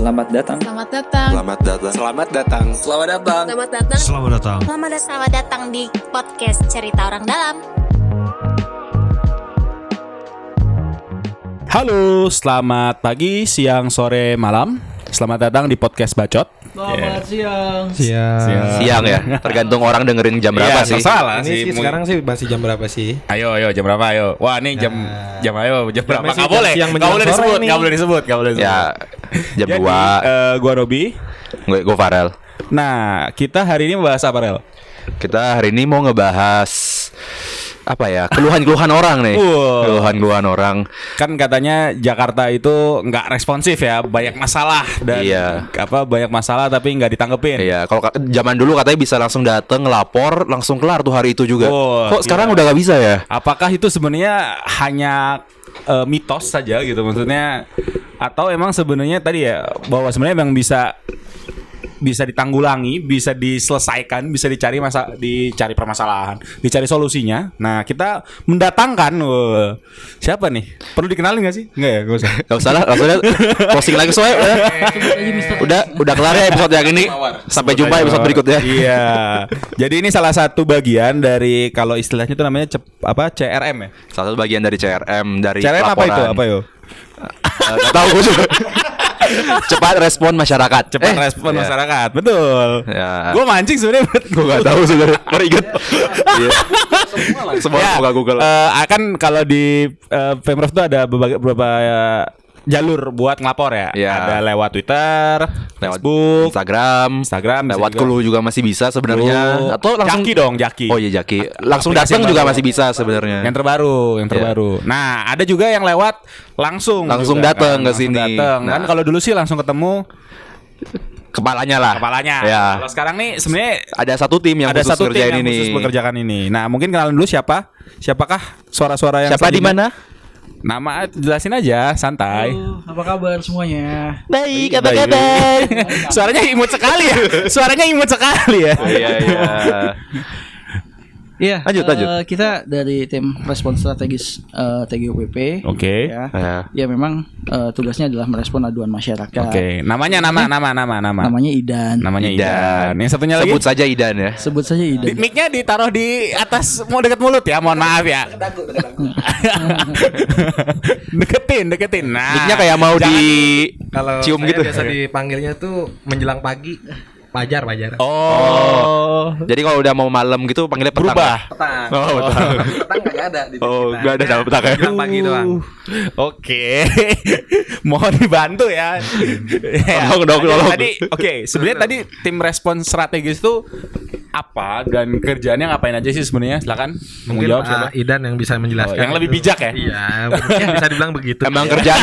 Selamat datang. Selamat datang. Selamat datang. Selamat datang. Selamat datang. Selamat datang. Selamat datang. Selamat datang di podcast Cerita Orang Dalam. Halo, selamat pagi, siang, sore, malam. Selamat datang di podcast Bacot. Selamat siang. Siang ya. Tergantung orang dengerin jam berapa sih. Salah Ini sih. sih sekarang sih masih jam berapa sih? Ayo jam berapa ayo. Wah, ini jam berapa? masih Enggak boleh. siang Enggak boleh menjelang sore disebut, nih. enggak boleh disebut. Ya, jam Jadi, 2. gua Robi. Gue Farel. Nah, kita hari ini membahas apa, Rel? Kita hari ini mau ngebahas apa ya? Keluhan-keluhan orang nih. Keluhan-keluhan orang. Kan katanya Jakarta itu nggak responsif ya, banyak masalah dan Iya. banyak masalah tapi nggak ditanggepin. Iya, kalau zaman dulu katanya bisa langsung dateng, ngelapor, langsung kelar tuh hari itu juga. Oh, Kok sekarang iya. udah nggak bisa ya? Apakah itu sebenarnya hanya mitos saja gitu maksudnya, atau emang sebenarnya tadi ya bahwa sebenarnya memang bisa ditanggulangi, bisa diselesaikan, bisa dicari permasalahan, dicari solusinya. Nah, kita mendatangkan siapa nih? Perlu dikenalin nggak sih? Nggak ya, nggak usah. Gak usah lah, langsung aja closing lagi soalnya. Udah kelar ya episode yang ini. Sampai jumpa episode berikutnya. Iya. Jadi ini salah satu bagian dari, kalau istilahnya itu namanya CRM ya. Salah satu bagian dari CRM, dari CRM apa itu? laporan. Apa yo? Gak tahu gue juga. Cepat respon masyarakat. Respon masyarakat, betul. Ya. Gue mancing sebenarnya. Gue gak tahu sebenarnya. Meringet. Semua buka Google. Akan kalau di Pemprov itu ada beberapa jalur buat ngelapor ya. Iya. Ada lewat Twitter, Lewat Facebook, Instagram, bisa lewat juga. Clue juga masih bisa sebenarnya. Atau langsung Jaki. Oh iya Jaki. Langsung Aplikasi datang yang juga baru. masih bisa sebenarnya. Yang terbaru. Nah, ada juga yang lewat langsung juga, datang kan? ke sini. Datang. Kan Nah. kalau dulu sih langsung ketemu Kepalanya lah. kepalanya. Kalau sekarang nih sebenarnya Ada satu tim yang ada khusus satu tim ngerjain yang ini. khusus mengerjakan ini. Nah, mungkin kenalan dulu siapakah suara-suara yang Siapa di selanjutnya? mana? Nama jelasin aja, santai. Halo, apa kabar semuanya? Baik, apa kabar? Suaranya imut sekali ya. Iya. Iya. Lanjut. Kita dari tim respons strategis TGUPP. Oke. Ya. Ya. Ya memang tugasnya adalah merespon aduan masyarakat. Oke. Namanya nama. Namanya Idan. Namanya Idan. Yang satunya lagi? Sebut saja Idan ya. Sebut saja Idan. Mic-nya ditaruh di atas, mau dekat mulut ya. Mohon maaf ya. Deketin. Nah. Mic-nya kayak mau jangan- Kalau cium saya gitu. biasa dipanggilnya tuh menjelang pagi. Pajar. Oh. Jadi kalau udah mau malam gitu panggilnya petang. Berubah. Petang. Oh, petang. Petang nggak ada di Oh, kita. enggak ada dalam petang ya. Menjelang pagi doang. Oke. Mohon dibantu ya. Tolong. Tadi sebenarnya tadi tim respons strategis itu apa dan kerjaannya ngapain aja sih sebenarnya? Silakan Mungkin menjawab siapa? Idan yang bisa menjelaskan. yang lebih itu. bijak ya? Iya, mungkin bisa dibilang begitu. Emang kerjaan.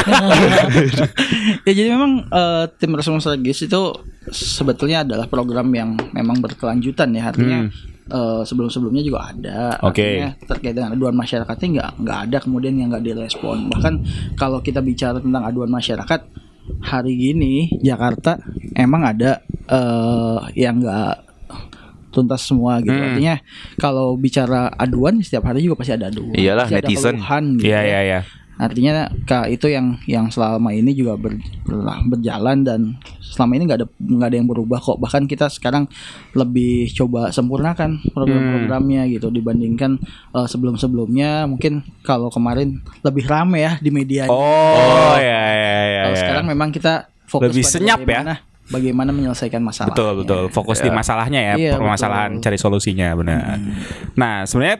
Ya jadi memang tim respons strategis itu sebetulnya adalah program yang memang berkelanjutan ya, artinya sebelum-sebelumnya juga ada. Oke. Artinya terkait dengan aduan masyarakatnya nggak ada kemudian yang nggak direspon. Bahkan kalau kita bicara tentang aduan masyarakat hari gini Jakarta emang ada yang nggak tuntas semua gitu. Artinya kalau bicara aduan setiap hari juga pasti ada aduan. Iyalah, Pasti ada netizen. keluhan gitu Iya, ya. iya. Artinya itu yang selama ini juga berjalan dan selama ini nggak ada yang berubah kok. Bahkan kita sekarang lebih coba sempurnakan program-programnya gitu dibandingkan sebelum-sebelumnya. Mungkin kalau kemarin lebih rame ya di media. Oh, ya. Kalau sekarang memang kita fokus Lebih pada senyap ya. bagaimana menyelesaikan masalah. Betul. Fokus di masalahnya ya, Iya, permasalahan, betul. cari solusinya, benar. Nah, sebenarnya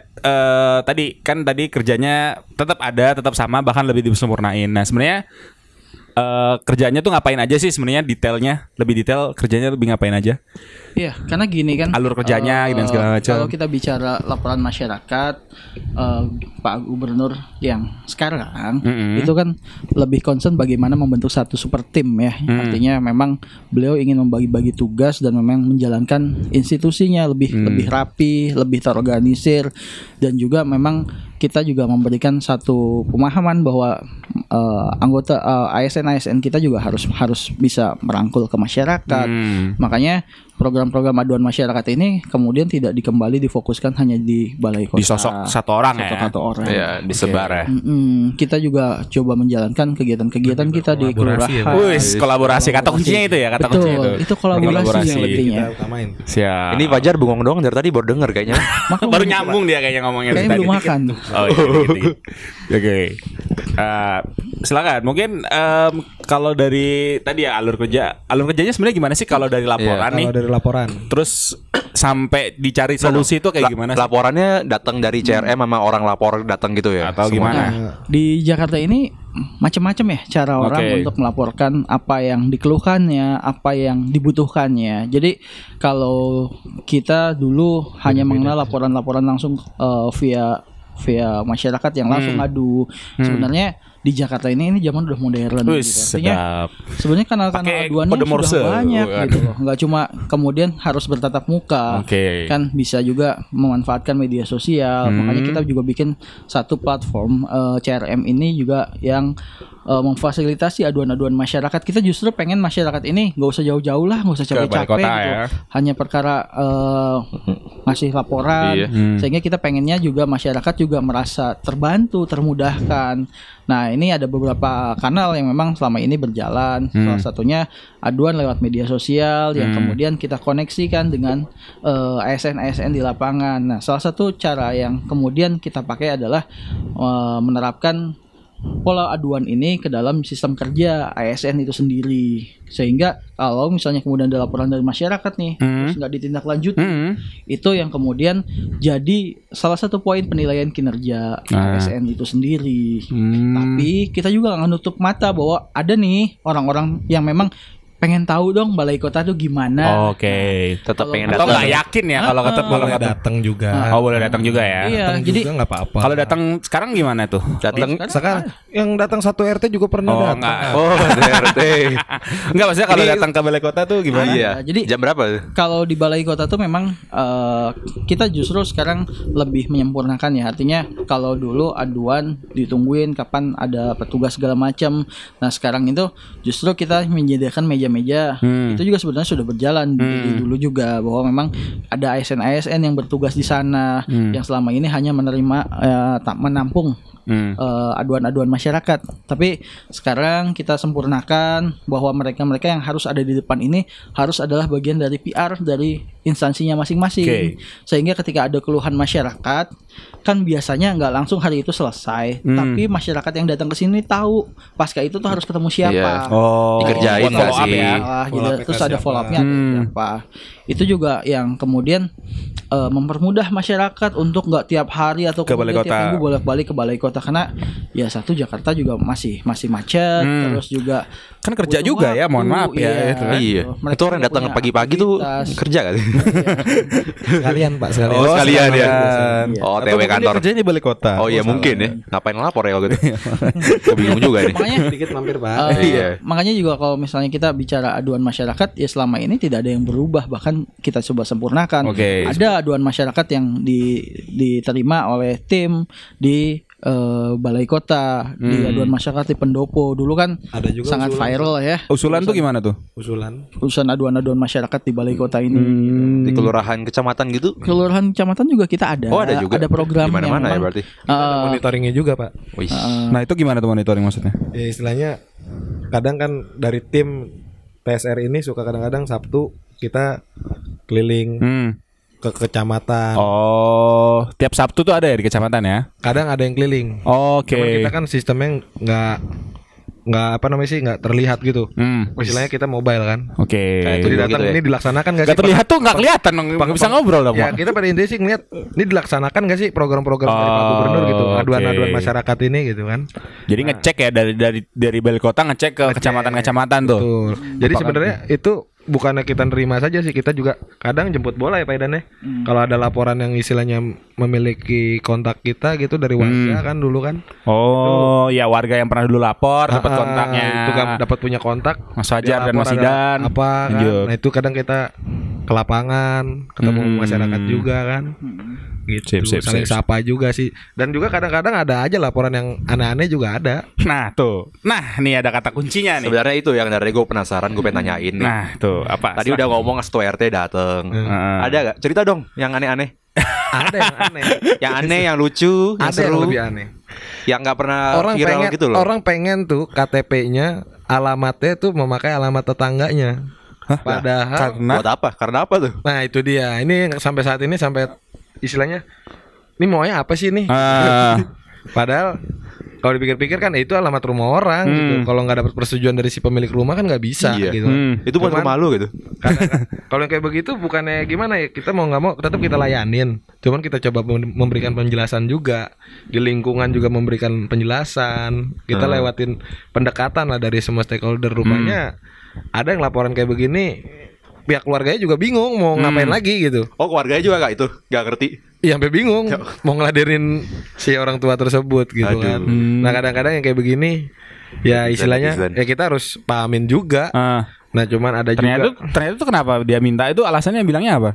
tadi kerjanya tetap sama, bahkan lebih disempurnain. Nah, sebenarnya kerjanya tuh ngapain aja sih sebenarnya, detailnya, lebih detail kerjanya lebih ngapain aja? Iya, karena gini kan Alur kerjanya dan segala macam. Kalau kita bicara laporan masyarakat, Pak Gubernur yang sekarang itu kan lebih concern bagaimana membentuk satu super tim ya. Artinya memang beliau ingin membagi-bagi tugas dan memang menjalankan institusinya lebih rapi, lebih terorganisir, dan juga memang kita juga memberikan satu pemahaman bahwa anggota ASN kita juga harus bisa merangkul ke masyarakat. Makanya program-program aduan masyarakat ini kemudian tidak difokuskan hanya di balai kota. Di sosok satu orang satu orang. Ya, disebar ya. Kita juga coba menjalankan kegiatan-kegiatan kita di kelurahan. Wis, kolaborasi kata kuncinya itu ya, kata kuncinya Itu kolaborasi yang pentingnya. Siap. Ini Fajar bengong doang dari tadi baru denger kayaknya. Baru nyambung dia kayaknya ngomongnya Kayaknya tadi. belum makan. Oh iya, gitu. Oke. Silakan. Mungkin kalau dari tadi ya alur kerjanya sebenarnya gimana sih kalau dari laporan nih? Kalau dari laporan. Terus sampai dicari solusi itu kayak gimana sih? Laporannya datang dari CRM sama orang lapor datang gitu ya? Atau gimana? Di Jakarta ini macam-macam ya cara orang untuk melaporkan apa yang dikeluhkannya, apa yang dibutuhkannya. Jadi kalau kita dulu hanya mengenal laporan-laporan langsung via masyarakat yang langsung ngadu. Sebenarnya di Jakarta ini zaman udah modern gitu. Artinya sebenarnya kanal-kanal aduannya sudah banyak gitu loh. Enggak cuma kemudian harus bertatap muka. Kan bisa juga memanfaatkan media sosial. Makanya kita juga bikin satu platform CRM ini juga yang memfasilitasi aduan-aduan masyarakat. Kita justru pengen masyarakat ini nggak usah jauh-jauh lah, nggak usah capek-capek gitu. Ya. Hanya perkara ngasih laporan. Sehingga kita pengennya juga masyarakat juga merasa terbantu, termudahkan. Nah, ini ada beberapa kanal yang memang selama ini berjalan. Salah satunya aduan lewat media sosial yang kemudian kita koneksikan dengan ASN di lapangan. Nah, salah satu cara yang kemudian kita pakai adalah menerapkan pola aduan ini ke dalam sistem kerja ASN itu sendiri, sehingga kalau misalnya kemudian ada laporan dari masyarakat nih terus nggak ditindaklanjuti, itu yang kemudian jadi salah satu poin penilaian kinerja ASN itu sendiri. Tapi kita juga nggak nutup mata bahwa ada nih orang-orang yang memang pengen tahu dong balai kota tuh gimana. Tetap pengen atau datang. nggak yakin ya kalau kata boleh datang juga. boleh datang juga ya. Iya, jadi nggak apa-apa. Kalau datang sekarang gimana tuh? Datang Sekarang yang datang satu RT juga pernah datang. Enggak. DRT. Enggak, maksudnya kalau datang ke balai kota tuh gimana? Iya. Jadi Jam berapa? kalau di balai kota tuh memang kita justru sekarang lebih menyempurnakan ya. Artinya kalau dulu aduan ditungguin kapan ada petugas segala macam. Nah, sekarang itu justru kita menyediakan meja-meja. Itu juga sebenarnya sudah berjalan dari dulu juga, bahwa memang ada ASN yang bertugas di sana yang selama ini hanya menerima menampung aduan-aduan masyarakat. Tapi sekarang kita sempurnakan bahwa mereka yang harus ada di depan ini harus adalah bagian dari PR dari instansinya masing-masing. Sehingga ketika ada keluhan masyarakat, kan biasanya nggak langsung hari itu selesai, tapi masyarakat yang datang ke sini tahu pasca itu tuh harus ketemu siapa. Dikerjain nggak follow up sih? ya. Gitu. Terus ada follow up-nya ada siapa. Itu juga yang kemudian mempermudah masyarakat untuk nggak tiap hari atau Ke balai kemudian tiap kota. minggu bolak-balik ke balai kota, karena ya satu Jakarta juga masih macet, terus juga Kan kerja butuh juga ya, mohon waktu, maaf ya, itu kan. Iya. Mereka Itu orang juga datang punya pagi-pagi tuh aktivitas. kerja kan? Sekalian Pak, sekalian. Oh, sekalian ya. Oh, Atau TW mungkin kantor. dia kerjanya di balai kota. Oh iya mungkin ya. Ngapain lapor ya kalau gitu? Gue bingung juga nih. Makanya Sedikit mampir Pak. Iya. Makanya juga kalau misalnya kita bicara aduan masyarakat, ya selama ini tidak ada yang berubah, bahkan kita coba sempurnakan. Ada aduan masyarakat yang diterima oleh tim di balai kota, di aduan masyarakat di pendopo. Dulu kan Ada juga sangat usulan. viral ya. Usulan tuh gimana tuh? Urusan aduan-aduan masyarakat di balai kota ini. Di kelurahan kecamatan gitu. Kelurahan kecamatan juga kita ada. Oh, ada juga. Ada program Di mana-mana ya memang, berarti. Monitoringnya juga Pak. Wih. Nah, itu gimana tuh monitoring maksudnya? Ya istilahnya kadang kan dari tim PSR ini suka kadang-kadang Sabtu kita keliling ke kecamatan. Oh, tiap Sabtu tuh ada ya di kecamatan ya? Kadang ada yang keliling. Oke. Cuman kita kan sistemnya nggak apa namanya sih, nggak terlihat gitu. Istilahnya kita mobile kan. Oke. Jadi datang gitu ya? ini dilaksanakan nggak sih? Gak terlihat tuh, nggak kelihatan dong, nggak bisa ngobrol dong. Ya Pak. kita pada intinya sih ngeliat ini dilaksanakan nggak sih program-program dari Pak Gubernur gitu, aduan-aduan oke. masyarakat ini gitu kan. Jadi ngecek ya dari balai kota ngecek ke kecamatan-kecamatan tuh. Betul. Jadi sebenarnya itu bukannya kita nerima saja sih, kita juga kadang jemput bola ya Pak Idan ya. Kalau ada laporan yang istilahnya memiliki kontak kita gitu dari warga kan dulu kan. Oh, ya warga yang pernah dulu lapor dapat kontaknya. Itu kan dapat punya kontak Mas Fajar dia dan lapor Mas ada Idan. apa kan. Lanjut. Nah itu kadang kita ke lapangan ketemu masyarakat juga kan. gitu. Sip. Saling sapa juga sih. Dan juga kadang-kadang ada aja laporan yang aneh-aneh juga ada. Nah tuh. Nah nih ada kata kuncinya nih. Sebenarnya itu yang dari gue penasaran, gue pengen tanyain nih. Nah tuh apa? Tadi udah ngomong ketua RT dateng. Ada gak? Cerita dong yang aneh-aneh. Ada yang aneh. Yang aneh, yang lucu, yang Ada yang seru, lebih aneh. yang nggak pernah Orang viral pengen gitu loh. orang pengen tuh KTP-nya alamatnya tuh memakai alamat tetangganya. Padahal Buat apa? Karena apa tuh? nah itu dia. Ini yang sampai saat ini sampai istilahnya ini maunya apa sih nih? Padahal kalau dipikir-pikir kan itu alamat rumah orang gitu. Kalau nggak dapat persetujuan dari si pemilik rumah kan nggak bisa Iya. gitu. Itu bukan Cuman- rumah lu gitu. Kalau yang kayak begitu bukannya gimana ya, kita mau nggak mau tetap kita layanin. Cuman kita coba memberikan penjelasan juga, di lingkungan juga memberikan penjelasan. Kita lewatin pendekatan lah dari semua stakeholder. Rupanya ada yang laporan kayak begini, pihak keluarganya juga bingung mau ngapain lagi gitu. Oh, keluarganya juga gak itu? Gak ngerti. Iya, sampai bingung mau ngeladenin si orang tua tersebut gitu Aduh. kan. Nah kadang-kadang yang kayak begini ya istilahnya Netizen. ya kita harus pahamin juga. Nah cuman ada juga Ternyata tuh kenapa dia minta itu alasannya bilangnya apa?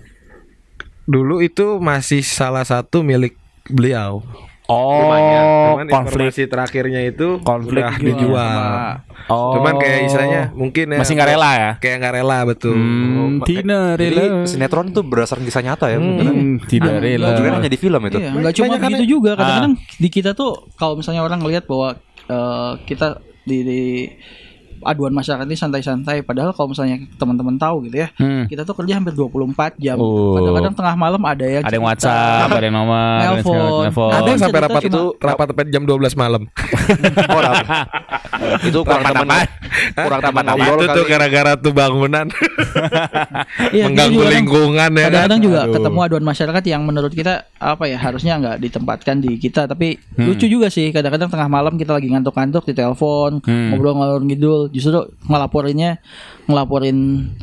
dulu itu masih salah satu milik beliau. Oh, Cuman konflik. informasi terakhirnya itu Konflik udah dijual dijual. Oh. Cuman kayak istilahnya mungkin ya Masih nggak rela ya? Kayak nggak rela betul. Tidak Jadi rela. sinetron itu berdasarkan kisah nyata ya. beneran. Tidak rela. Kirain hanya di film itu. Iya, nggak cuma Banyak begitu juga. Kadang-kadang di kita tuh kalau misalnya orang ngelihat bahwa kita di aduan masyarakat ini santai-santai, padahal kalau misalnya teman-teman tahu gitu ya, kita tuh kerja hampir 24 jam. Oh. Kadang-kadang tengah malam ada yang Ada yang cerita, WhatsApp, ada yang nomor, ada yang Nelpon. telepon. Ada yang sampai Cerita rapat cuma- itu rapat sampai jam 12 malam. Oh, itu kurang teman ngobrol Itu tuh kali. gara-gara tuh bangunan Iya, kita mengganggu juga lingkungan ya kan. kadang-kadang juga ketemu aduan masyarakat yang menurut kita apa ya, harusnya nggak ditempatkan di kita, tapi lucu juga sih. Kadang-kadang tengah malam kita lagi ngantuk-ngantuk di telepon, ngobrol ngalor ngidul, justru ngelaporin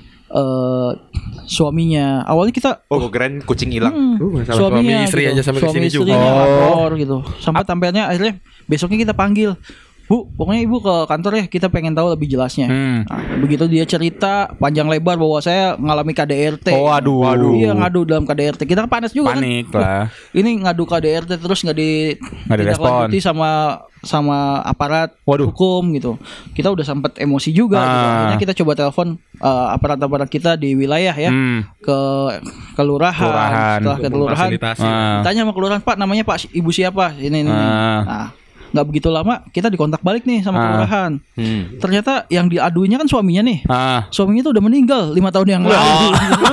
suaminya. Awalnya kita Oh, gue keren kucing hilang. Suami istri aja sampai suami kesini juga. istrinya lapor gitu. Sampai tampilnya akhirnya besoknya kita panggil, Bu, pokoknya ibu ke kantor ya, kita pengen tahu lebih jelasnya. Nah, begitu dia cerita panjang lebar bahwa saya ngalami KDRT. Oh, aduh. Iya, ngadu dalam KDRT. Kita kan panas juga Panik kan. lah. Ini ngadu KDRT terus nggak direspon. ditindaklanjuti sama aparat hukum gitu. Kita udah sempet emosi juga gitu. Akhirnya kita coba telepon aparat-aparat kita di wilayah ya, ke kelurahan. Setelah ke kelurahan, Fasilitasi. tanya sama kelurahan, Pak, namanya Pak Ibu siapa? Ini. Nah, nggak begitu lama kita dikontak balik nih sama kelurahan. Ternyata yang diaduinya kan suaminya nih. Suaminya tuh udah meninggal 5 tahun yang lalu.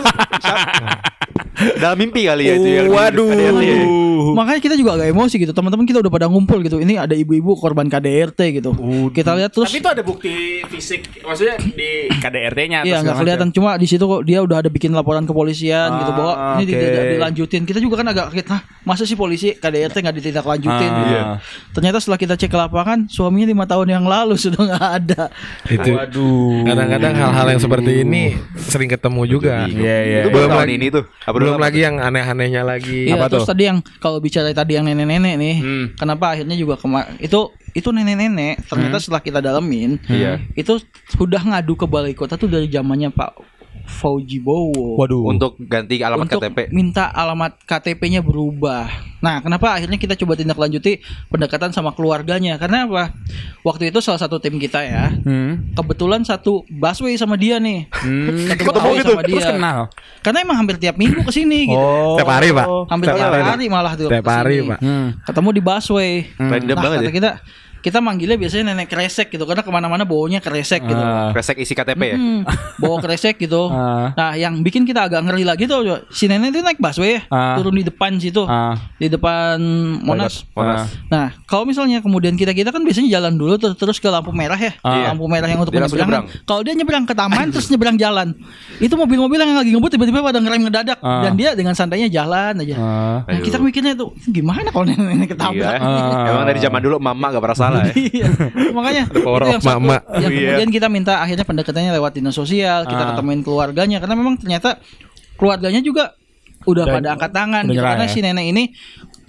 Dalam mimpi kali ya itu yang Waduh. KDRT ya. Makanya kita juga agak emosi gitu. Teman-teman kita udah pada ngumpul gitu. Ini ada ibu-ibu korban KDRT gitu. Kita lihat terus. Tapi itu ada bukti fisik, maksudnya di KDRT-nya. Iya, nggak kelihatan, cuma di situ kok dia udah ada bikin laporan ke polisian gitu bahwa ini oke. tidak dilanjutin. Kita juga kan agak kaget, masa sih polisi KDRT nggak ditindaklanjutin gitu. Ternyata setelah kita cek ke lapangan, suaminya 5 tahun yang lalu sudah nggak ada. Itu. Kadang-kadang hal-hal yang seperti ini sering ketemu juga. Iya. Itu baru tahun ini tuh. Belum lagi yang aneh-anehnya lagi. Iya, terus tadi yang kalau bicara tadi yang nenek-nenek nih, kenapa akhirnya juga itu nenek-nenek ternyata setelah kita dalemin, itu sudah ngadu ke balai kota tuh dari zamannya Pak Fauji Bowo. Untuk ganti alamat Untuk KTP. minta alamat KTP-nya berubah. Nah, kenapa akhirnya kita coba tindak lanjuti pendekatan sama keluarganya? Karena apa? Waktu itu salah satu tim kita ya, kebetulan satu busway sama dia nih. Satu busway sama dia. Terus kenal. Karena emang hampir tiap minggu kesini gitu. Tiap hari, Pak. Hampir Tiap tiap hari, hari malah tuh. Tiap hari, kesini. Pak. Ketemu di busway. Random Nah, banget kata ya. kita manggilnya biasanya nenek kresek gitu, karena kemana-mana bawanya kresek gitu. Kresek isi KTP ya. Bawa kresek gitu. Nah, yang bikin kita agak ngeri lagi tuh, si nenek itu naik busway ya, turun di depan situ, di depan Monas. Nah, kalau misalnya kemudian kita kan biasanya jalan dulu terus ke lampu merah ya, lampu merah yang untuk Dia langsung menyeberang. Kalau dia nyebrang ke taman terus nyebrang jalan, itu mobil-mobil yang lagi ngebut tiba-tiba pada ngerem ngedadak dan dia dengan santainya jalan aja. Nah, kita mikirnya tuh gimana kalau nenek ketabrak? Emang dari zaman dulu mama gak pernah salah ya. Iya. Makanya power itu of yang satu mama. yang kemudian kita minta akhirnya pendekatannya lewat dinas sosial, kita ketemuin keluarganya karena memang ternyata keluarganya juga udah pada angkat tangan gitu, nyerah karena ya? si nenek ini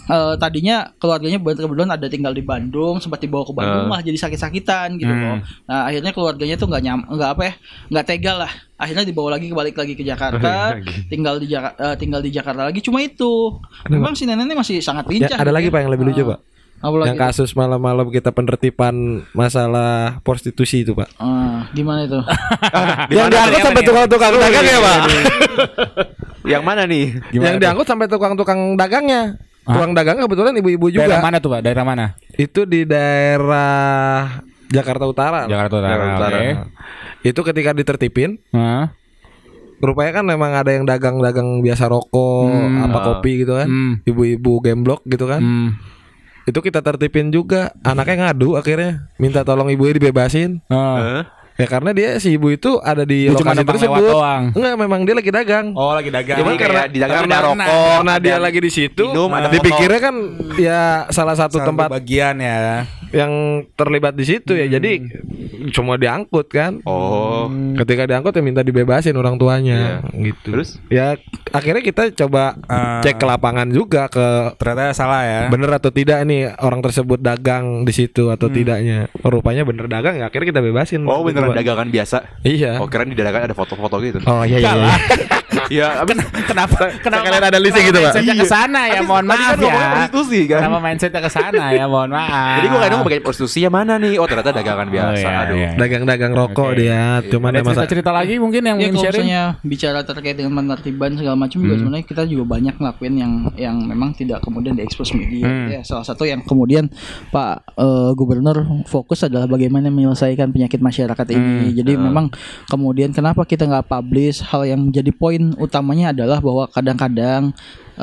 tadinya keluarganya kebetulan ada tinggal di Bandung, sempat dibawa ke Bandung lah jadi sakit-sakitan gitu loh. Nah akhirnya keluarganya tuh nggak tega lah. Akhirnya dibawa lagi balik lagi ke Jakarta, tinggal di Jakarta lagi. Cuma itu, memang si neneknya masih sangat lincah. Ada lagi Pak yang lebih lucu Pak. Apalagi Yang kasus malam-malam kita penertiban masalah prostitusi itu Pak. Gimana itu? Yang diangkut sampai tukang-tukang dagang ya Pak. Yang mana nih? Yang diangkut sampai tukang-tukang dagangnya. Tukang dagang kebetulan ibu-ibu juga. Daerah mana tuh Pak? Daerah mana? Itu di daerah Jakarta Utara. Jakarta Utara. Oke. Itu ketika ditertipin, rupanya kan memang ada yang dagang-dagang biasa rokok, kopi gitu kan. Ibu-ibu gemblok gitu kan. Itu kita tertipin juga. Anaknya ngadu akhirnya minta tolong ibunya dibebasin. Ya karena dia si ibu itu ada di lokasi tersebut. Enggak, memang dia lagi dagang. Oh, lagi dagang. Cuman karena ada rokok, karena dia lagi di situ, dipikirnya kan ya salah satu tempat bagian ya yang terlibat di situ ya. Jadi cuma diangkut kan. Ketika diangkut ya minta dibebasin orang tuanya gitu. Terus? Ya akhirnya kita coba cek ke lapangan juga ternyata salah ya. Bener atau tidak nih orang tersebut dagang di situ atau tidaknya. Rupanya bener dagang ya akhirnya kita bebasin. Oh beneran dagangan biasa. Iya. Oh keren di dagangan ada foto-foto gitu. Oh iya. Iya. Kenapa kalian ada leasing gitu Pak? Mindsetnya ke sana ya, mohon maaf ya. Prostitusi kan. Kenapa mindsetnya ke sana ya, mohon maaf. Jadi gue kadang mau pakai prostitusi yang mana nih? Oh ternyata dagangan biasa. Aduh. Dagang-dagang rokok dia. Cuman ada cerita lagi mungkin yang Ya ingin kalau sharing. misalnya bicara terkait dengan penertiban segala macam juga sebenarnya kita juga banyak ngelakuin yang memang tidak kemudian diekspos media. Ya, salah satu yang kemudian Pak Gubernur fokus adalah bagaimana menyelesaikan penyakit masyarakat ini. Jadi memang kemudian kenapa kita nggak publish, hal yang jadi poin utamanya adalah bahwa kadang-kadang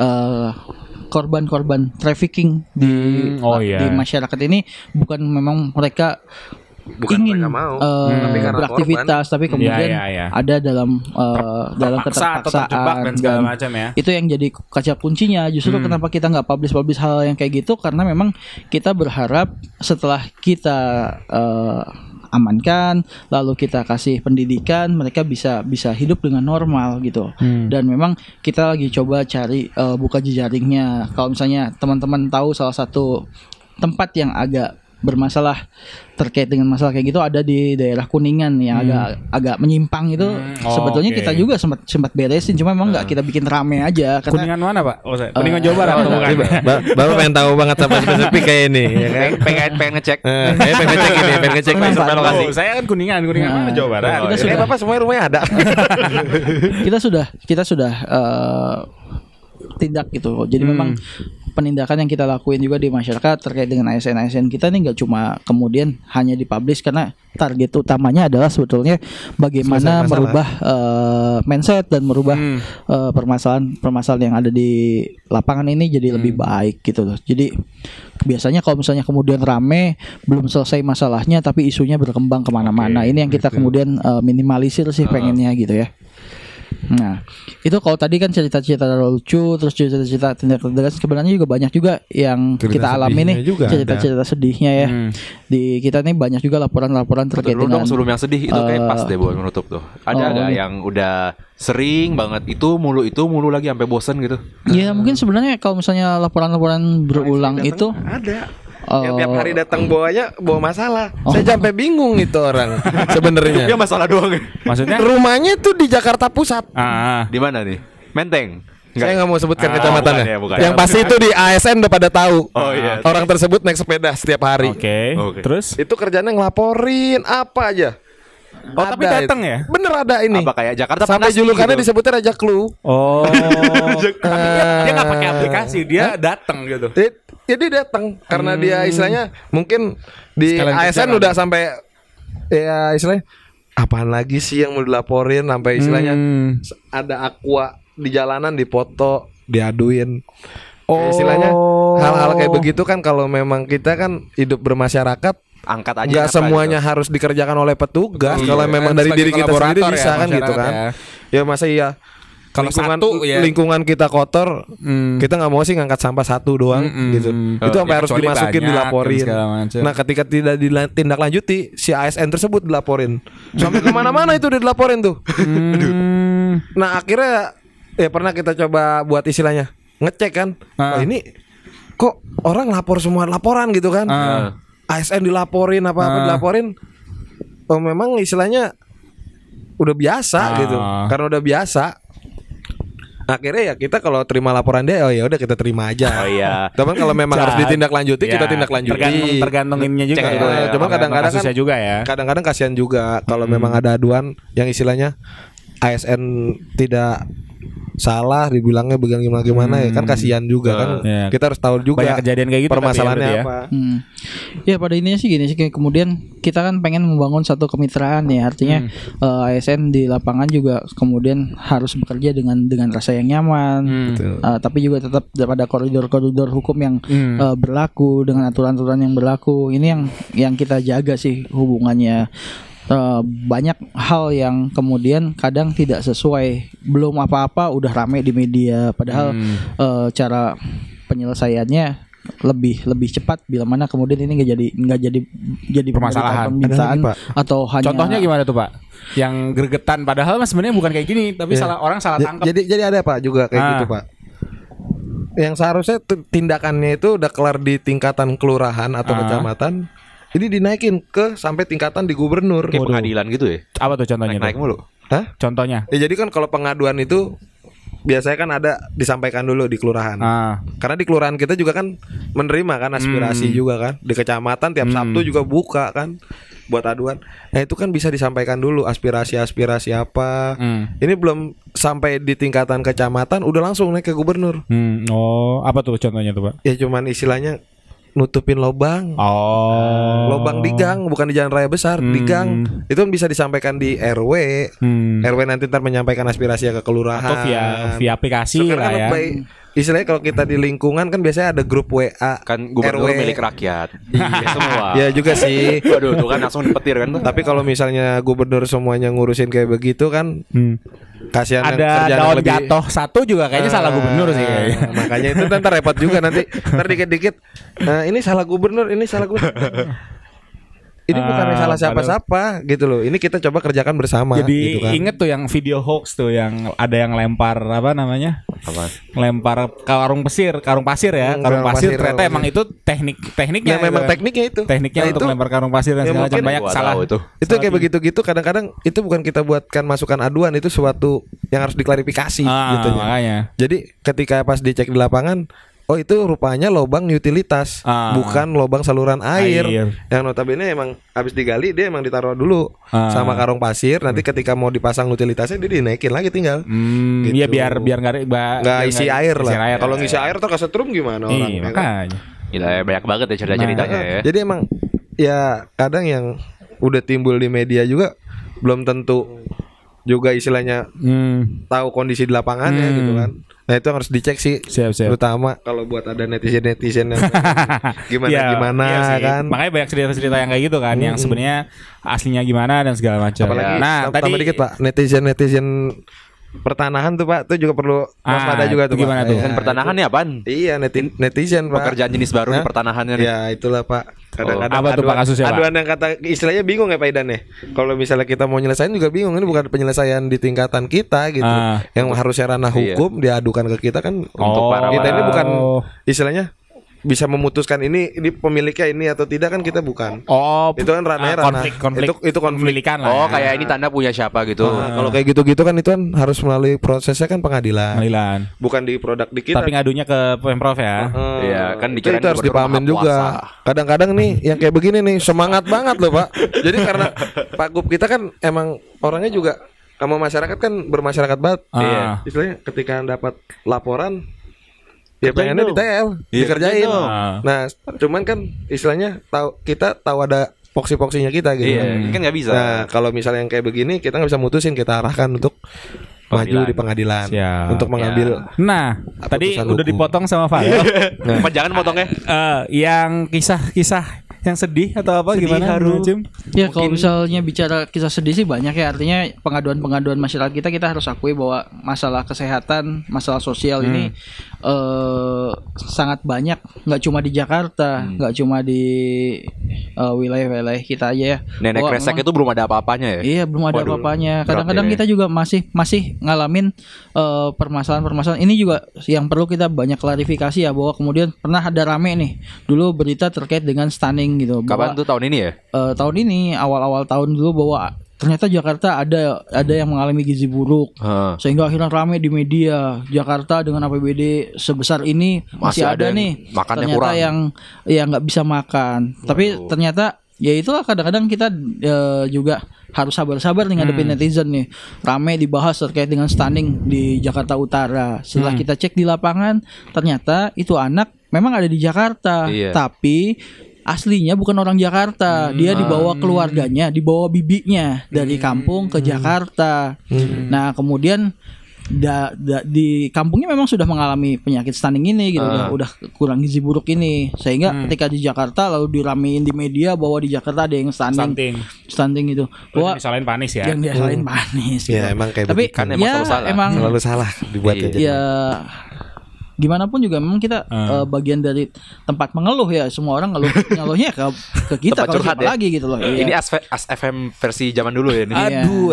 korban-korban trafficking di masyarakat ini bukan memang mereka ingin beraktivitas tapi kemudian ada dalam keterpaksaan terjebak dan segala macam ya. Itu yang jadi kaca kuncinya. Justru kenapa kita nggak publish hal yang kayak gitu, karena memang kita berharap setelah kita amankan, lalu kita kasih pendidikan, mereka bisa hidup dengan normal gitu. Dan memang kita lagi coba cari buka jejaringnya. Kalau misalnya teman-teman tahu salah satu tempat yang agak bermasalah terkait dengan masalah kayak gitu ada di daerah Kuningan yang agak menyimpang itu. Sebetulnya kita juga sempat beresin, cuma memang nggak kita bikin rame aja. Kuningan mana Pak? Kuningan Jawa Barat atau bukan? Baru pengen tahu banget sampai spesifik kayak ini ya kan? pengen ngecek. Pengen ngecek lokasi. Saya kan Kuningan mana Jawa Barat. Kita sudah Bapak semua rumahnya ada. kita sudah tindak gitu. Jadi memang penindakan yang kita lakuin juga di masyarakat terkait dengan ASN kita nih nggak cuma kemudian hanya dipublish, karena target utamanya adalah sebetulnya bagaimana merubah mindset dan merubah permasalahan yang ada di lapangan ini jadi lebih baik gitu loh. Jadi biasanya kalau misalnya kemudian rame belum selesai masalahnya tapi isunya berkembang kemana-mana, ini yang kita kemudian minimalisir sih pengennya gitu ya. Nah, itu kalau tadi kan cerita-cerita lucu, terus cerita-cerita tindak tegas, sebenarnya juga banyak juga yang kita alami nih, cerita-cerita sedihnya ya. Di kita nih banyak juga laporan-laporan terkait dengan sebelum yang sedih itu kayak pas deh buat menutup tuh. Ada nggak yang udah sering banget itu mulu lagi sampai bosan gitu? Ya mungkin sebenarnya kalau misalnya laporan-laporan berulang itu ada. Yang tiap hari datang bawa masalah. Saya sampai bingung itu orang sebenarnya. Dia masalah doang. Maksudnya rumahnya tuh di Jakarta Pusat. Di mana nih? Menteng. Saya nggak mau sebutkan kecamatannya. Bukan. Yang pasti itu di ASN udah pada tahu. Oh iya. Orang tersebut naik sepeda setiap hari. Oke. Terus itu kerjanya ngelaporin apa aja. tapi datang ya? Bener ada ini. Apa kayak Jakarta sampai julukannya gitu? disebutnya Raja Clue. Oh. Dia nggak pakai aplikasi, dia datang gitu. Jadi datang karena dia istilahnya mungkin di sekalian ASN udah sampai ya istilahnya apaan lagi sih yang mau dilaporin, sampai istilahnya ada aqua di jalanan dipoto, diaduin. Istilahnya hal-hal kayak begitu kan kalau memang kita kan hidup bermasyarakat, angkat aja. Nggak semuanya gitu harus dikerjakan oleh petugas. Kalau memang dari diri kita sendiri bisa kan gitu kan. Ya masa iya. Kalau lingkungan kita kotor, kita nggak mau sih ngangkat sampah satu doang gitu. Itu sampai harus dimasukin, dilaporin. Nah, ketika tidak ditindaklanjuti, si ASN tersebut dilaporin. Sampai kemana-mana itu udah dilaporin tuh. Nah, akhirnya ya pernah kita coba buat istilahnya ngecek kan. Ini kok orang lapor semua laporan gitu kan. ASN dilaporin apa-apa dilaporin. Oh, memang istilahnya udah biasa gitu. Karena udah biasa. Akhirnya ya kita kalau terima laporan dia, oh ya udah kita terima aja. Oh iya. Cuman kalau memang harus ditindaklanjuti, kita tindaklanjuti. Tergantung ininya juga. Cuman kadang-kadang kan juga ya. Kadang-kadang kasihan juga kalau memang ada aduan yang istilahnya ASN tidak salah, dibilangnya gimana ya kan kasihan juga kan. Kita harus tahu juga banyak kejadian kayak gitu permasalahannya ya, apa. Ya pada intinya sih gini sih, kayak kemudian kita kan pengen membangun satu kemitraan ya, artinya ASN di lapangan juga kemudian harus bekerja dengan rasa yang nyaman, tapi juga tetap pada koridor-koridor hukum yang berlaku, dengan aturan-aturan yang berlaku. Ini yang kita jaga sih hubungannya. Banyak hal yang kemudian kadang tidak sesuai, belum apa-apa udah rame di media, padahal cara penyelesaiannya lebih cepat bila mana kemudian ini nggak jadi permasalahan permintaan atau hanya. Contohnya gimana tuh Pak? Yang gregetan padahal sebenarnya bukan kayak gini, tapi orang salah tangkap. Jadi ada Pak juga kayak gitu Pak. Yang seharusnya tindakannya itu udah kelar di tingkatan kelurahan atau kecamatan. Ini dinaikin ke sampai tingkatan di gubernur. Kayak pengadilan gitu ya. Apa tuh contohnya? Naik mulu. Hah? Contohnya? Ya jadi kan kalau pengaduan itu biasanya kan ada disampaikan dulu di kelurahan. Karena di kelurahan kita juga kan menerima kan aspirasi juga kan. Di kecamatan tiap Sabtu juga buka kan buat aduan. Nah itu kan bisa disampaikan dulu aspirasi apa. Ini belum sampai di tingkatan kecamatan udah langsung naik ke gubernur. Oh, apa tuh contohnya tuh Pak? Ya cuman istilahnya nutupin lobang. Lobang di gang, bukan di jalan raya besar, di gang. Itu kan bisa disampaikan di RW. RW nanti ntar menyampaikan aspirasi ke kelurahan. Atau via aplikasi lah ya. Istilahnya kalau kita di lingkungan kan biasanya ada grup WA. Kan gubernur RW. milik rakyat. Iya semua. Ya juga sih. Waduh, tuh kan langsung dipetir kan. Tapi kalau misalnya gubernur semuanya ngurusin kayak begitu kan kasihan yang ada kerjaan daun lebih. jatuh satu juga kayaknya salah gubernur sih kayaknya. Makanya itu ntar repot juga nanti. Ntar dikit-dikit ini salah gubernur, ini salah gubernur. Ini bukan salah siapa-siapa gitu loh. Ini kita coba kerjakan bersama. Jadi gitu kan. inget tuh yang video hoax tuh yang ada yang lempar apa namanya? Lempar karung pasir ya. Karung pasir ternyata emang itu tekniknya. Ya memang tekniknya itu. Tekniknya untuk lempar karung pasir dan segala macam banyak salah itu. Itu kayak begitu-gitu kadang-kadang itu bukan kita buatkan masukan aduan, itu suatu yang harus diklarifikasi gitu ya. Makanya. Jadi ketika pas dicek di lapangan, oh itu rupanya lubang utilitas, bukan lubang saluran air. Yang notabene emang habis digali dia emang ditaruh dulu sama karung pasir. Nanti ketika mau dipasang utilitasnya dia dinaikin lagi tinggal. Gitu. Iya biar nggak isi air lah. Kalau ngisi air tuh kesetrum gimana orang? Iya, makanya. Gila, banyak banget ya cerita-ceritanya ya. Jadi emang ya kadang yang udah timbul di media juga belum tentu juga istilahnya tahu kondisi di lapangannya gitu kan. Nah itu harus dicek sih. Siap. Terutama kalau buat ada netizen yang gimana iya kan. Makanya banyak cerita-cerita yang kayak gitu kan, yang sebenarnya aslinya gimana dan segala macam. Apalagi tadi tambah dikit Pak, netizen pertanahan tuh Pak, itu juga perlu waspada juga tuh Pak. Gimana tuh? Kan pertanahan ya apaan? Iya netizen Pak. Pekerjaan jenis baru di pertanahannya nih. Ya itulah Pak. Kadang-kadang apa tuh Pak kasusnya Pak? Aduan yang kata istilahnya bingung ya Pak Idan ya. Kalau misalnya kita mau nyelesain juga bingung. Ini bukan penyelesaian di tingkatan kita gitu. Yang harusnya ranah hukum diadukan ke kita kan. Untuk para kita ini bukan istilahnya bisa memutuskan ini pemiliknya ini atau tidak kan, kita bukan. Itu kan ranahnya konflik itu pemilikan lah. Oh, kayak ini tanda punya siapa gitu. Kalau kayak gitu-gitu kan itu kan harus melalui prosesnya kan pengadilan. Bukan di produk di kita. Tapi ngadunya ke Pemprov ya. Iya, kan itu harus dipahamin juga. Kadang-kadang nih yang kayak begini nih semangat banget loh Pak. Jadi karena Pak Gub kita kan emang orangnya juga sama masyarakat kan bermasyarakat banget. Istilahnya ketika dapat laporan ya pengennya di TL, dikerjain. Nah, cuman kan istilahnya kita tahu ada poksi-poksinya kita gitu. Iya, kan nggak bisa. Nah, kalau misalnya yang kayak begini kita nggak bisa mutusin, kita arahkan untuk maju di pengadilan. Untuk mengambil. Nah, tadi udah dipotong sama Farel. Jangan potongnya. Yang kisah-kisah yang sedih atau apa Sedih, gimana haru. Cim? Ya kalau misalnya bicara kisah sedih sih banyak ya. Artinya pengaduan-pengaduan masyarakat kita harus akui bahwa masalah kesehatan, masalah sosial ini sangat banyak. Nggak cuma di Jakarta, nggak cuma di wilayah-wilayah kita aja ya. Nenek Bahwa kresek memang- itu belum ada apa-apanya ya. Iya, belum ada Waduh, apa-apanya. berat Kadang-kadang ya. kita juga masih ngalamin permasalahan-permasalahan. Ini juga yang perlu kita banyak klarifikasi ya, bahwa kemudian pernah ada rame nih dulu berita terkait dengan stunning gitu. Kapan Bahwa, tuh tahun ini ya? tahun ini awal-awal tahun dulu bahwa ternyata Jakarta ada yang mengalami gizi buruk. Heeh. Sehingga akhirnya rame di media, Jakarta dengan APBD sebesar ini masih ada yang nih makannya ternyata kurang. yang nggak bisa makan. Tapi ternyata ya itulah kadang-kadang kita juga harus sabar-sabar nih ngadepin netizen nih. Rame dibahas terkait dengan stunning di Jakarta Utara. Setelah kita cek di lapangan, ternyata itu anak memang ada di Jakarta, Iya. tapi aslinya bukan orang Jakarta. Dia dibawa keluarganya, dibawa bibinya dari kampung ke Jakarta. Nah, kemudian di kampungnya memang sudah mengalami penyakit stunning ini gitu, udah kurang gizi buruk ini, sehingga ketika di Jakarta lalu diramein di media bahwa di Jakarta ada yang stunting itu, bahwa Disalahin panis ya. yang dia salahin panis gitu. Ya emang kayak Tapi begitu. Kan emang selalu salah. emang Selalu salah dibuatnya. Iya. ya gimana pun juga memang kita bagian dari tempat mengeluh ya, semua orang ngeluhnya ke kita, Tempat kalau curhat siapa ya. lagi gitu loh. Ini Iya. FM versi zaman dulu ya ini. Aduh,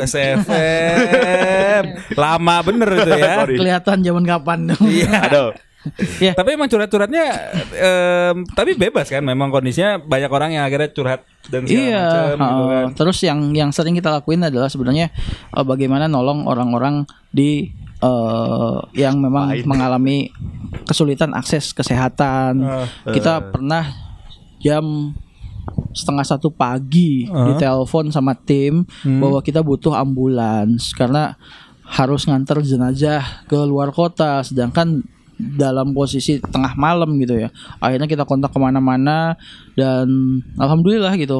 SFM. Lama bener itu ya. Kelihatan zaman kapan dong. Aduh. Ya. Tapi emang curhat-curhatnya tapi bebas kan, memang kondisinya banyak orang yang akhirnya curhat dan segala Iya, macam gitu kan. terus yang sering kita lakuin adalah sebenarnya bagaimana nolong orang-orang di yang memang mengalami kesulitan akses kesehatan. Kita pernah jam 12:30 pagi ditelepon sama tim bahwa kita butuh ambulans karena harus nganter jenazah ke luar kota, sedangkan dalam posisi tengah malam gitu ya. Akhirnya kita kontak kemana-mana dan alhamdulillah gitu,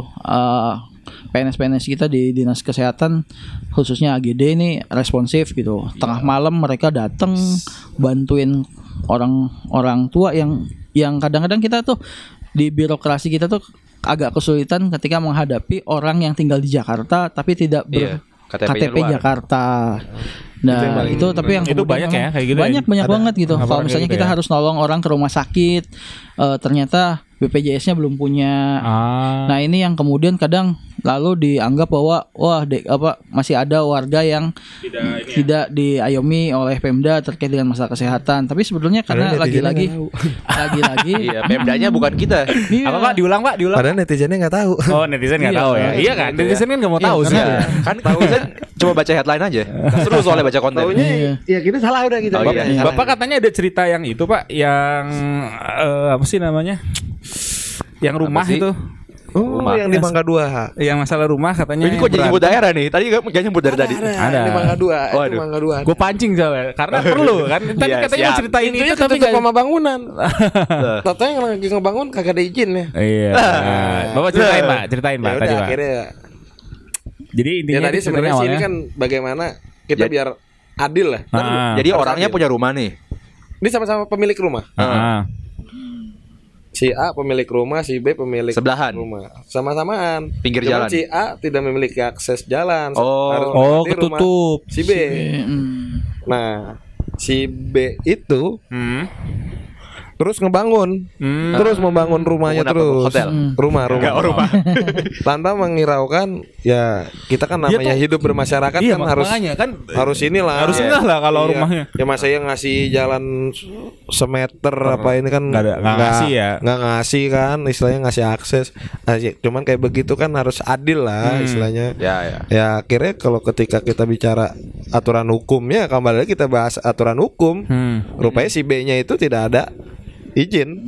PNS kita di Dinas Kesehatan khususnya AGD ini responsif gitu. Tengah malam mereka datang bantuin orang tua yang kadang-kadang kita tuh di birokrasi kita tuh agak kesulitan ketika menghadapi orang yang tinggal di Jakarta tapi tidak Iya, KTP-nya KTP luar. Jakarta. Nah, itu tapi yang Itu kemudian banyak ya, memang kayak gitu ya? banyak banget gitu. Laporan Kalau kayak misalnya gitu kita ya? harus nolong orang ke rumah sakit, ternyata BPJS-nya belum punya. Nah, ini yang kemudian kadang lalu dianggap bahwa masih ada warga yang tidak diayomi oleh Pemda terkait dengan masalah kesehatan. Tapi sebetulnya karena lagi-lagi Iya, Pemdanya bukan kita. iya. Apa Pak? Diulang Pak, diulang. Padahal netizennya nggak tahu. Oh, netizen nggak Iya, tahu ya. kan? Iya kan? Netizen kan nggak mau tahu sih. karena- Kan kita coba baca headline aja. Seru soalnya baca konten. Ya kita salah udah gitu. Oh, iya. Bapak katanya ada cerita yang itu Pak, yang apa sih namanya? Yang rumah sih? itu. Oh, Rumah. yang di Mangga 2. Yang masalah rumah katanya. Ini kok jadi nyebut daerah nih? Tadi gak nyebut dari tadi. Ada. Di Mangga 2. Itu Waduh. Mangga 2. Gue pancing soalnya karena perlu kan. Tadi Iya, katanya mau siap. ceritain itu Intinya tapi ketutup nggak. sama bangunan. Tatonya yang lagi ngebangun kagak ada izin ya. Iya. Bapak ceritain Pak, ceritain Pak Ya tadi udah Pak. akhirnya Jadi ya intinya tadi itu sebenarnya sih ini awalnya. kan bagaimana kita biar adil lah. Ah. Jadi Harus orangnya adil. punya rumah nih. Ini sama-sama pemilik rumah. Ah. Si A pemilik rumah, si B pemilik Sebelahan. rumah. Sama-samaan. Pinggir Cuman jalan. si A tidak memiliki akses jalan. Oh. Harus Oh, melewati rumah ketutup. si B. Nah, si B itu terus ngebangun, terus membangun rumahnya Bangun apa? terus. Hotel? Rumah. Enggak, rumah. Tanpa menghiraukan ya kita kan namanya tuh- hidup bermasyarakat Iya, kan harus makanya kan harus inilah. harus inilah lah kalau Iya. rumahnya. Ya masa ya ngasih jalan semeter apa ini kan Nggak ngasih ya. nggak ngasih kan istilahnya ngasih akses. Nah, cuman kayak begitu kan harus adil lah istilahnya. Ya. Ya akhirnya kalau ketika kita bicara aturan hukumnya kembali lagi kita bahas aturan hukum. Rupanya si B-nya itu tidak ada izin.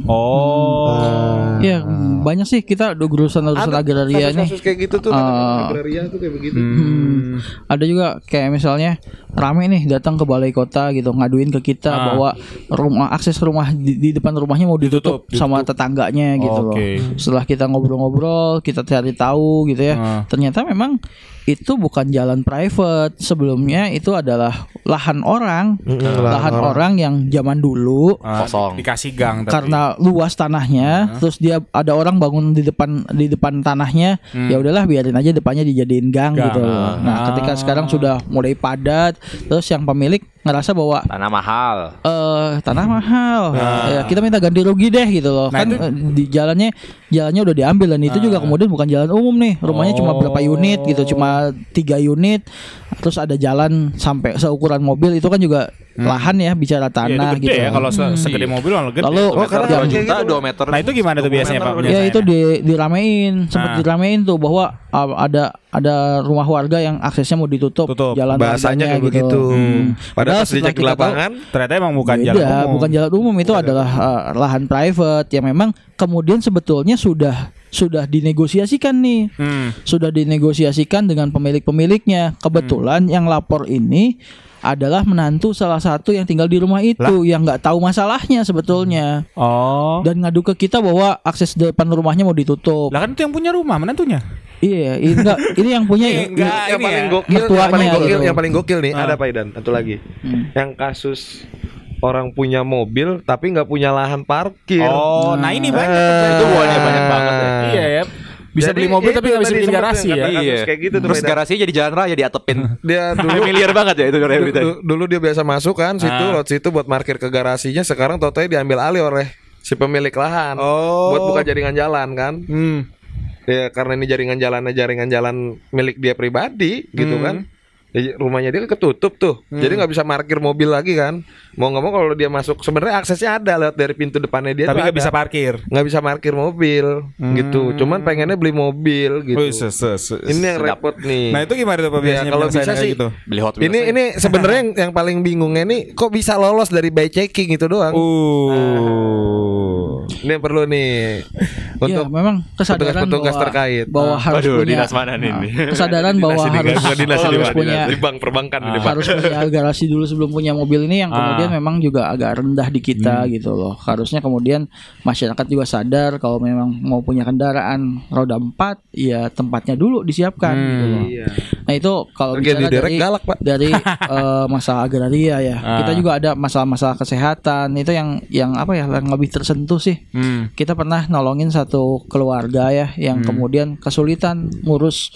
Oh. Iya, banyak sih kita udah urusan agraria nih. kasus kayak gitu tuh agraria tuh kayak begitu. Ada juga kayak misalnya rame nih datang ke balai kota gitu ngaduin ke kita bahwa rumah akses rumah di depan rumahnya mau ditutup sama tetangganya gitu loh. Oke. Setelah kita ngobrol-ngobrol, kita cari tahu gitu ya. Ternyata memang itu bukan jalan private. Sebelumnya itu adalah lahan orang, lahan orang yang zaman dulu Kosong. Dikasih gang tapi. karena luas tanahnya, terus dia ada orang bangun di depan tanahnya, ya udahlah biarin aja depannya dijadiin gang gitu. Nah, ketika sekarang sudah mulai padat, terus yang pemilik ngerasa bahwa Tanah mahal. tanah mahal, ya kita minta ganti rugi deh gitu loh. Nah, Kan itu- di jalannya udah diambil dan itu juga kemudian bukan jalan umum nih. Rumahnya cuma berapa unit gitu, cuma 3 unit. Terus ada jalan sampai seukuran mobil, itu kan juga lahan ya, bicara Iya, itu tanah gede gitu. ya kalau segede mobil malah gede. Lalu karena yang- kayak gitu. 2 meter. Nah, itu gimana tuh biasanya Pak? ya itu diramein, sempat diramein tuh bahwa ada rumah warga yang aksesnya mau ditutup, Tutup. jalan Bahasanya warganya kayak begitu. Padahal pas setelah dicek di kita tahu, lapangan Ternyata emang bukan beda, jalan umum. bukan jalan umum, itu adalah lahan private yang memang kemudian sebetulnya sudah dinegosiasikan nih. Sudah dinegosiasikan dengan pemilik-pemiliknya. Kebetulan yang lapor ini adalah menantu salah satu yang tinggal di rumah itu, yang nggak tahu masalahnya sebetulnya, Oh. dan ngadu ke kita bahwa akses depan rumahnya mau ditutup. Lah kan itu yang punya rumah menantunya. Iya, ini yang punya Enggak, yang ini paling ya. gokil, mertuanya gitu. yang paling gokil nih ada Pak Idan, satu lagi. Yang kasus orang punya mobil tapi nggak punya lahan parkir. Oh, nah ini banyak Itu buahnya banyak banget ya. Iya ya. Bisa Jadi beli mobil tapi itu nggak bisa tadi bikin sempet garasi yang ya. kata kasus kayak gitu tuh, Terus Pak Idan. garasinya jadi jalan raya diatepin. Dia dulu Familiar banget ya itu dulu dia biasa masuk kan situ lot situ buat parkir ke garasinya, sekarang totalnya diambil alih oleh si pemilik lahan buat buka jaringan jalan kan. Ya karena ini jaringan jalan milik dia pribadi gitu kan. Jadi rumahnya dia ketutup tuh, jadi nggak bisa parkir mobil lagi kan. Mau nggak mau kalau dia masuk, sebenarnya aksesnya ada lewat dari pintu depannya dia, Tapi tuh nggak ada. bisa parkir. Nggak bisa parkir mobil gitu. Cuman pengennya beli mobil gitu. Wih, Ini yang sedap. repot nih. Nah, itu gimana tuh Pak Ya, biasanya kalau penyelesaiannya bisa kayak sih, gitu? Beli Hot Wheels. ini sebenarnya yang paling bingungnya nih, kok bisa lolos dari by checking itu doang. Ini yang perlu nih Iya, untuk memang kesadaran petugas bahwa, terkait. bahwa harus Waduh, punya dinas mana nih? kesadaran bahwa harus punya di bank perbankan ini, Bang. harus punya garasi dulu sebelum punya mobil ini, yang kemudian memang juga agak rendah di kita gitu loh. Harusnya kemudian masyarakat juga sadar kalau memang mau punya kendaraan roda 4, ya tempatnya dulu disiapkan gitu loh. Iya. Nah itu kalau Bagian bicara di direct dari galak, Pak. dari masalah agraria ya, kita juga ada masalah-masalah kesehatan itu yang apa ya, yang lebih tersentuh sih. Kita pernah nolongin satu keluarga ya yang kemudian kesulitan ngurus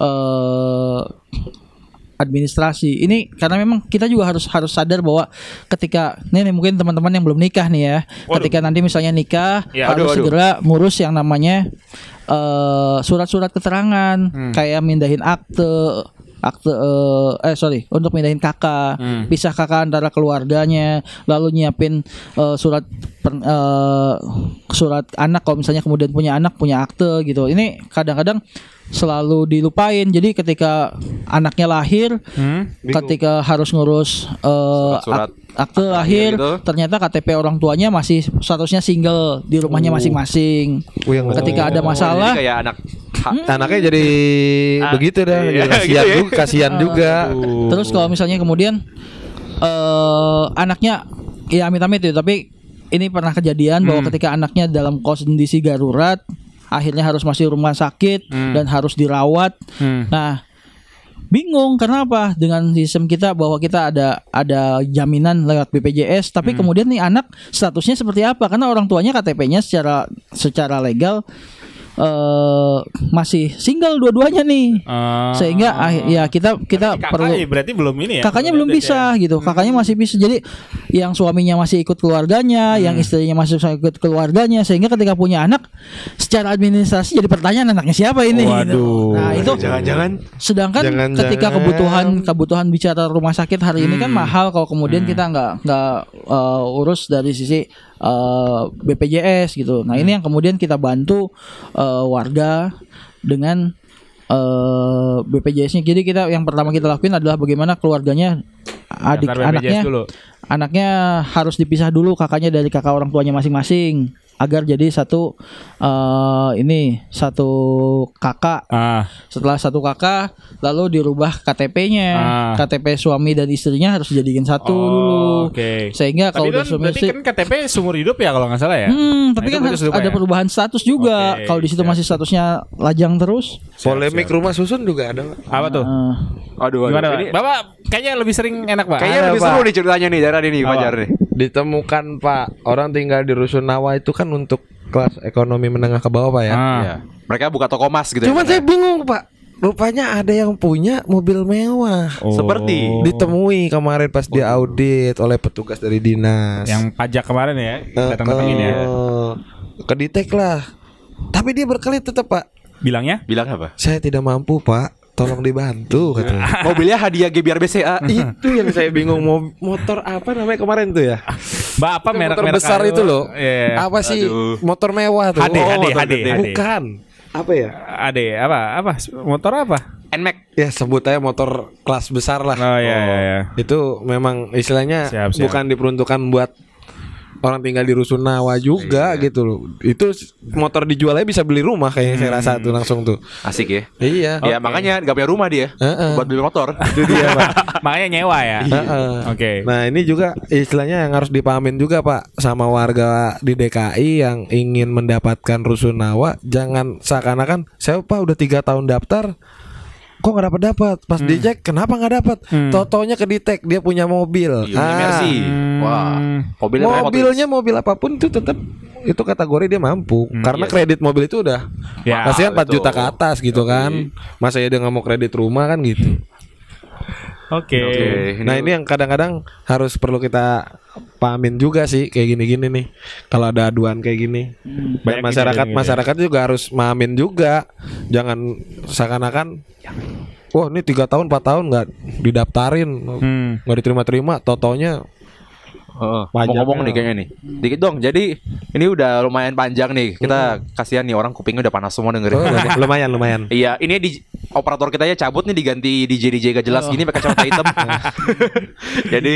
administrasi ini, karena memang kita juga harus sadar bahwa ketika nih mungkin teman-teman yang belum nikah nih ya, ketika nanti misalnya nikah harus segera ngurus yang namanya surat-surat keterangan, kayak mindahin akte untuk mindahin kakak, pisah kakak antara keluarganya, lalu nyiapin surat anak kalau misalnya kemudian punya anak, punya akte gitu. Ini kadang-kadang selalu dilupain. Jadi ketika anaknya lahir, ketika harus ngurus Surat akte lahir, gitu. ternyata KTP orang tuanya masih statusnya single di rumahnya masing-masing. Ketika ada masalah, Jadi kayak anak Anaknya jadi begitu dah, iya, kasihan gitu ya. juga, kasihan juga. terus kalau misalnya kemudian anaknya ya amit-amit itu, tapi ini pernah kejadian bahwa ketika anaknya dalam kondisi darurat, akhirnya harus masuk rumah sakit dan harus dirawat. Nah, bingung karena apa? Dengan sistem kita bahwa kita ada jaminan lewat BPJS, tapi kemudian nih anak statusnya seperti apa? Karena orang tuanya KTP-nya secara legal masih single dua-duanya nih. Sehingga ya kita perlu, berarti belum ini ya. kakaknya belum bisa gitu. Kakaknya masih bisa. Jadi yang suaminya masih ikut keluarganya, yang istrinya masih ikut keluarganya, sehingga ketika punya anak secara administrasi jadi pertanyaan, anaknya siapa ini gitu. Nah, itu jangan-jangan sedangkan ketika kebutuhan bicara rumah sakit hari ini kan mahal, kalau kemudian kita nggak urus dari sisi BPJS gitu. Nah, ini yang kemudian kita bantu warga dengan BPJS-nya. Jadi yang pertama kita lakuin adalah bagaimana keluarganya, Daftar BPJS dulu. anaknya harus dipisah dulu kakaknya dari kakak orang tuanya masing-masing. agar jadi satu kakak. Setelah satu kakak lalu dirubah KTP-nya. KTP suami dan istrinya harus dijadikan satu dulu. Sehingga kalau udah suami istri kan KTP seumur hidup ya kalau nggak salah ya. Tapi kan harus ada perubahan status juga. Kalau di situ masih statusnya lajang terus. Polemik rumah susun juga ada. Apa tuh? Aduh. Gimana, Pak? Bapak kayaknya lebih sering enak, Pak. Kayaknya lebih seru nih ceritanya nih dari ini Fajar nih. Ditemukan Pak, orang tinggal di Rusunawa itu kan untuk kelas ekonomi menengah ke bawah Pak ya. Iya. Mereka buka toko emas gitu. Cuman saya bingung Pak. Rupanya ada yang punya mobil mewah. Seperti ditemui kemarin pas dia audit oleh petugas dari dinas. Yang pajak kemarin ya, datang-datangin ya. Kedetek lah. Tapi dia berkelit tetap Pak. Bilang apa? Saya tidak mampu Pak. Tolong dibantu katanya. Mobilnya hadiah GBR BCA. Itu yang saya bingung. Motor apa namanya kemarin tuh ya? Mbak apa motor besar itu loh. Apa sih? Motor mewah tuh. HD. Bukan. Apa ya? Apa? Motor apa? NMAX. Ya sebut aja motor kelas besar lah. Oh iya. Itu memang istilahnya Siap. bukan diperuntukkan buat orang tinggal di Rusunawa juga gitu loh. Itu motor dijualnya bisa beli rumah kayaknya saya rasa tuh langsung tuh. Asik ya. Iya. Ya makanya gak punya rumah dia. Buat beli motor. Itu dia Pak. Makanya nyewa ya. Oke. Nah ini juga istilahnya yang harus dipahamin juga Pak sama warga di DKI yang ingin mendapatkan Rusunawa. Jangan seakan-akan saya Pak udah 3 tahun daftar kok nggak dapat pas dicek kenapa nggak dapat totonya kedetek dia punya mobil Mercy. Wah, mobilnya mobil apapun itu tetap itu kategori dia mampu karena kredit mobil itu udah pasti kan 4 juta ke atas gitu kan. Masa ya dia nggak mau kredit rumah kan gitu. Oke. Nah ini yang kadang-kadang harus perlu kita pahamin juga sih kayak gini-gini nih. Kalau ada aduan kayak gini, dan masyarakat juga harus pahamin juga. Jangan seakan-akan, wah ini 3 tahun 4 tahun nggak didaftarin, nggak diterima-terima, totonya. Mau ngomong nih kayaknya nih. Dikit dong. Jadi ini udah lumayan panjang nih. Kita kasihan nih orang kupingnya udah panas semua dengerin. Lumayan. Iya, ini di operator kita ya cabut nih diganti DJ gak jelas gini pakai kacamata hitam. Jadi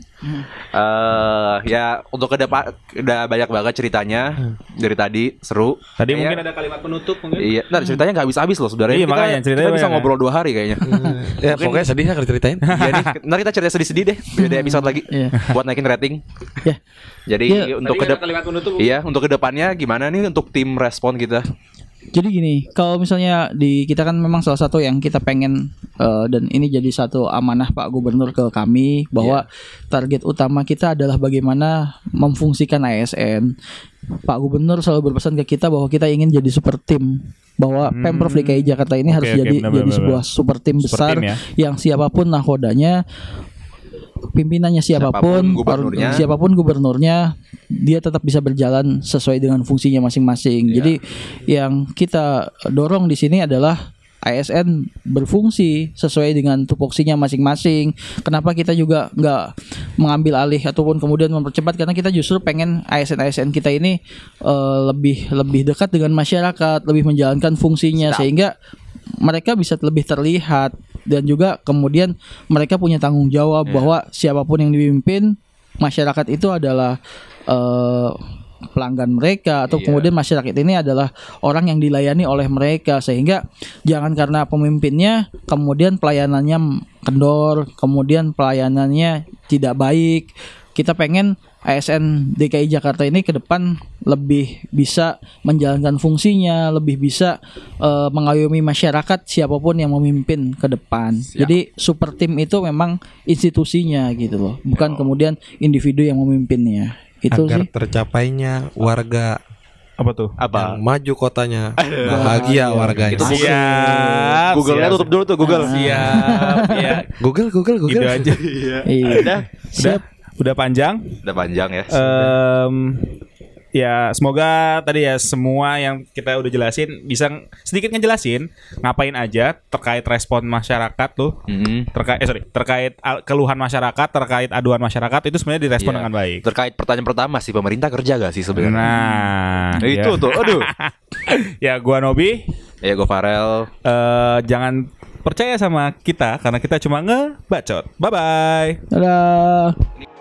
ya untuk ke depan udah banyak banget ceritanya dari tadi seru. Tadi mungkin ada kalimat penutup mungkin. Iya, nah ceritanya nggak habis-habis loh sebenarnya. Iya, makanya kita bisa ngobrol 2 hari kayaknya. Ya pokoknya sedih ya kalau ceritain. Iya nih, ntar kita cerita sedih-sedih deh beda episode lagi buat naikin rating. Jadi untuk untuk kedepannya gimana nih untuk tim respon kita? Jadi gini, kalau misalnya di kita kan memang salah satu yang kita pengen dan ini jadi satu amanah Pak Gubernur ke kami bahwa target utama kita adalah bagaimana memfungsikan ASN. Pak Gubernur selalu berpesan ke kita bahwa kita ingin jadi super tim, bahwa Pemprov DKI Jakarta ini harus jadi sebuah super tim besar yang siapapun nahodanya, pimpinannya siapapun gubernurnya dia tetap bisa berjalan sesuai dengan fungsinya masing-masing. Jadi yang kita dorong di sini adalah ASN berfungsi sesuai dengan tupoksinya masing-masing. Kenapa kita juga nggak mengambil alih ataupun kemudian mempercepat? Karena kita justru pengen ASN kita ini lebih dekat dengan masyarakat, lebih menjalankan fungsinya sehingga mereka bisa lebih terlihat dan juga kemudian mereka punya tanggung jawab bahwa siapapun yang dipimpin masyarakat itu adalah pelanggan mereka atau kemudian masyarakat ini adalah orang yang dilayani oleh mereka, sehingga jangan karena pemimpinnya kemudian pelayanannya kendor, kemudian pelayanannya tidak baik. Kita pengen ASN DKI Jakarta ini ke depan lebih bisa menjalankan fungsinya, lebih bisa mengayomi masyarakat siapapun yang memimpin ke depan. Jadi super tim itu memang institusinya gitu loh, bukan kemudian individu yang memimpinnya. Itu agar sih tercapainya warga apa tuh? Yang maju kotanya, bahagia warganya. Itu Google-nya tutup dulu tuh Google. Siap. Ya. Google. Gitu aja. Udah panjang ya. Ya semoga tadi ya semua yang kita udah jelasin bisa sedikit ngejelasin ngapain aja terkait respon masyarakat tuh, terkait keluhan masyarakat, terkait aduan masyarakat itu sebenarnya direspon dengan baik. Terkait pertanyaan pertama sih, pemerintah kerja gak sih sebenarnya? Nah itu tuh, aduh. Ya gua Nobi, ya gua Farel. Jangan percaya sama kita karena kita cuma ngebacot. Bye bye. Dadah.